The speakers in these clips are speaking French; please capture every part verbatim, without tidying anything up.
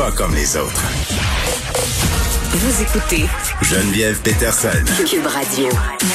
Pas comme les autres. Vous écoutez Geneviève Peterson. Cube Radio.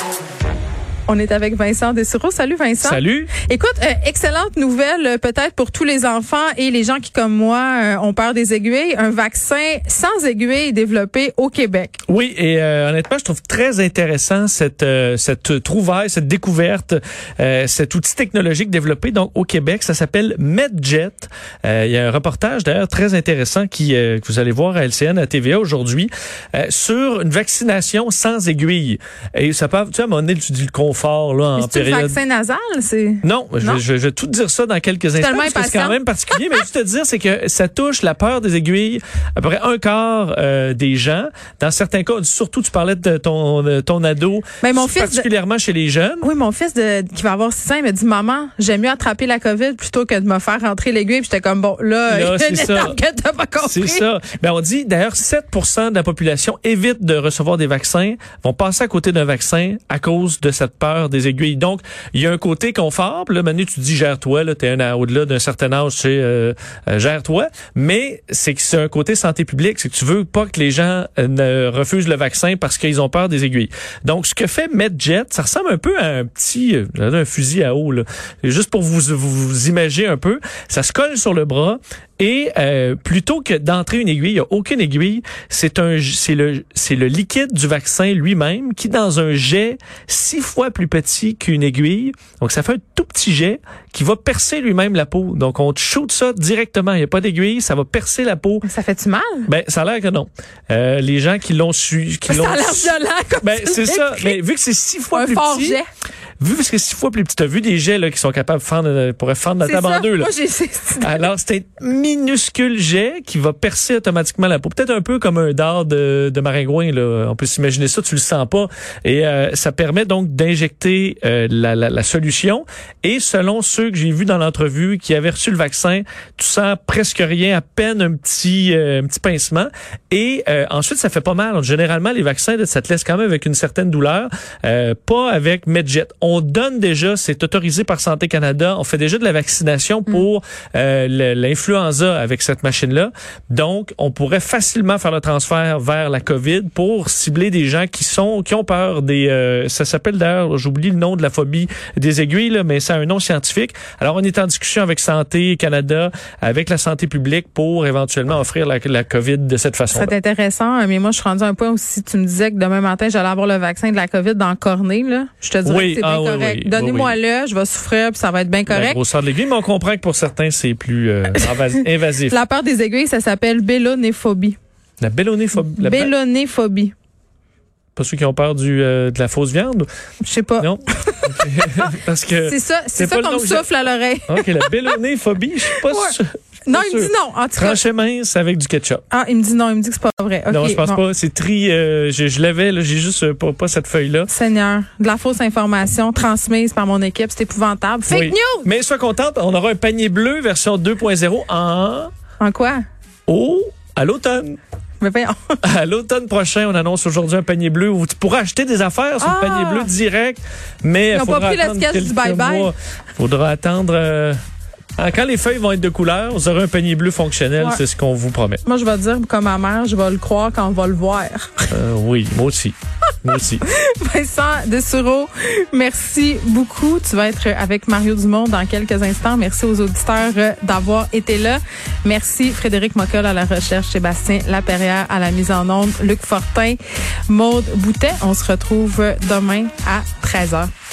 On est avec Vincent Dessureau. Salut Vincent. Salut. Écoute, euh, excellente nouvelle euh, peut-être pour tous les enfants et les gens qui comme moi euh, ont peur des aiguilles. Un vaccin sans aiguilles développé au Québec. Oui, et euh, honnêtement, je trouve très intéressant cette euh, cette trouvaille, cette découverte, euh, cet outil technologique développé donc au Québec. Ça s'appelle MedJet. Euh, il y a un reportage d'ailleurs très intéressant qui euh, que vous allez voir à L C N, à T V A aujourd'hui, euh, sur une vaccination sans aiguille. Et ça peut, tu sais, à un moment donné, tu dis le confort. Fort, là, en c'est période... le vaccin nasal, c'est... Non, non? Je, je, je vais tout dire ça dans quelques instants, parce que c'est quand même particulier, mais juste te dire, c'est que ça touche la peur des aiguilles à peu près un quart euh, des gens. Dans certains cas, surtout, tu parlais de ton, de ton ado, ben, mon fils particulièrement de... chez les jeunes. Oui, mon fils de... qui va avoir six ans, il m'a dit, maman, j'aime mieux attraper la COVID plutôt que de me faire rentrer l'aiguille. Puis j'étais comme, bon, là, là il y a une étape que t'as pas compris. C'est ça. Ben, on dit, d'ailleurs, sept pour cent de la population évite de recevoir des vaccins, vont passer à côté d'un vaccin à cause de cette peur des aiguilles. Donc, il y a un côté confort. Là, Manu, tu dis, gère-toi, là, t'es un, au-delà d'un certain âge, tu sais, euh, euh, gère-toi. Mais c'est que c'est un côté santé publique. C'est que tu veux pas que les gens euh, ne refusent le vaccin parce qu'ils ont peur des aiguilles. Donc, ce que fait MedJet, ça ressemble un peu à un petit, euh, un fusil à eau, là. Juste pour vous, vous, vous imaginer un peu. Ça se colle sur le bras. Et euh, plutôt que d'entrer une aiguille, il n'y a aucune aiguille. C'est un, c'est le, c'est le liquide du vaccin lui-même qui, dans un jet six fois plus petit qu'une aiguille, donc ça fait un tout petit jet qui va percer lui-même la peau. Donc on te shoot ça directement. Il n'y a pas d'aiguille, ça va percer la peau. Ça fait-tu mal? Ben ça a l'air que non. Euh, les gens qui l'ont su, qui ça l'ont. Ça a l'air violent comme Ben c'est ça. Mais vu que c'est six fois un plus fort petit. Jet. Vu que c'est six fois plus petit, t'as vu des jets là, qui sont capables de fendre, pourraient fendre la table en deux. Là. Moi, j'ai c'est... Alors, c'est un minuscule jet qui va percer automatiquement la peau. Peut-être un peu comme un dard de, de maringouin. Là. On peut s'imaginer ça, tu le sens pas. Et euh, ça permet donc d'injecter euh, la, la, la solution. Et selon ceux que j'ai vus dans l'entrevue qui avaient reçu le vaccin, tu sens presque rien, à peine un petit, euh, un petit pincement. Et euh, ensuite, ça fait pas mal. Généralement, les vaccins, ça te laisse quand même avec une certaine douleur. Euh, pas avec MedJet. On donne déjà, c'est autorisé par Santé Canada, on fait déjà de la vaccination pour euh, l'influenza avec cette machine-là. Donc, on pourrait facilement faire le transfert vers la COVID pour cibler des gens qui sont qui ont peur des... Euh, ça s'appelle d'ailleurs, j'oublie le nom de la phobie des aiguilles, là, mais c'est un nom scientifique. Alors, on est en discussion avec Santé Canada, avec la santé publique pour éventuellement offrir la, la COVID de cette façon-là. C'est intéressant, mais moi, je suis rendu à un point où si tu me disais que demain matin, j'allais avoir le vaccin de la COVID dans le cornet, là, je te dirais oui, que c'est ah, bien oui, correct. oui, Donnez-moi-le, oui. Je vais souffrir, puis ça va être bien correct. La grosseur de l'aiguille, mais on comprend que pour certains, c'est plus euh, invasif. La peur des aiguilles, ça s'appelle bélonéphobie. La bélonéphobie. La bélonéphobie. Pas ceux qui ont peur du euh, de la fausse viande? Je sais pas. Non. Parce que c'est ça, c'est, c'est ça qu'on me souffle à l'oreille. OK, la bélonéphobie, je suis pas ouais. sûr. Non, il me dit non. En tout cas. Tranché mince avec du ketchup. Ah, il me dit non, il me dit que c'est pas vrai. Okay, non, je pense bon. pas. C'est tri. Euh, je, je l'avais, là, j'ai juste euh, pas, pas cette feuille-là. Seigneur, de la fausse information transmise par mon équipe, c'est épouvantable. Fake oui. news! Mais sois contente, on aura un panier bleu version deux point zéro en. En quoi? Oh, à l'automne. Mais voyons. À l'automne prochain, on annonce aujourd'hui un panier bleu où tu pourras acheter des affaires sur ah! le panier bleu direct. Mais ils n'ont pas pris le sketch du bye-bye. Faudra attendre. Euh, Quand les feuilles vont être de couleur, vous aurez un panier bleu fonctionnel, ouais. C'est ce qu'on vous promet. Moi, je vais dire, comme ma mère, je vais le croire quand on va le voir. Euh, oui, moi aussi. Moi aussi. Vincent Dessureau, merci beaucoup. Tu vas être avec Mario Dumont dans quelques instants. Merci aux auditeurs d'avoir été là. Merci Frédéric Mockel à la recherche, Sébastien Laperrière à la mise en onde, Luc Fortin, Maude Boutet. On se retrouve demain à treize heures.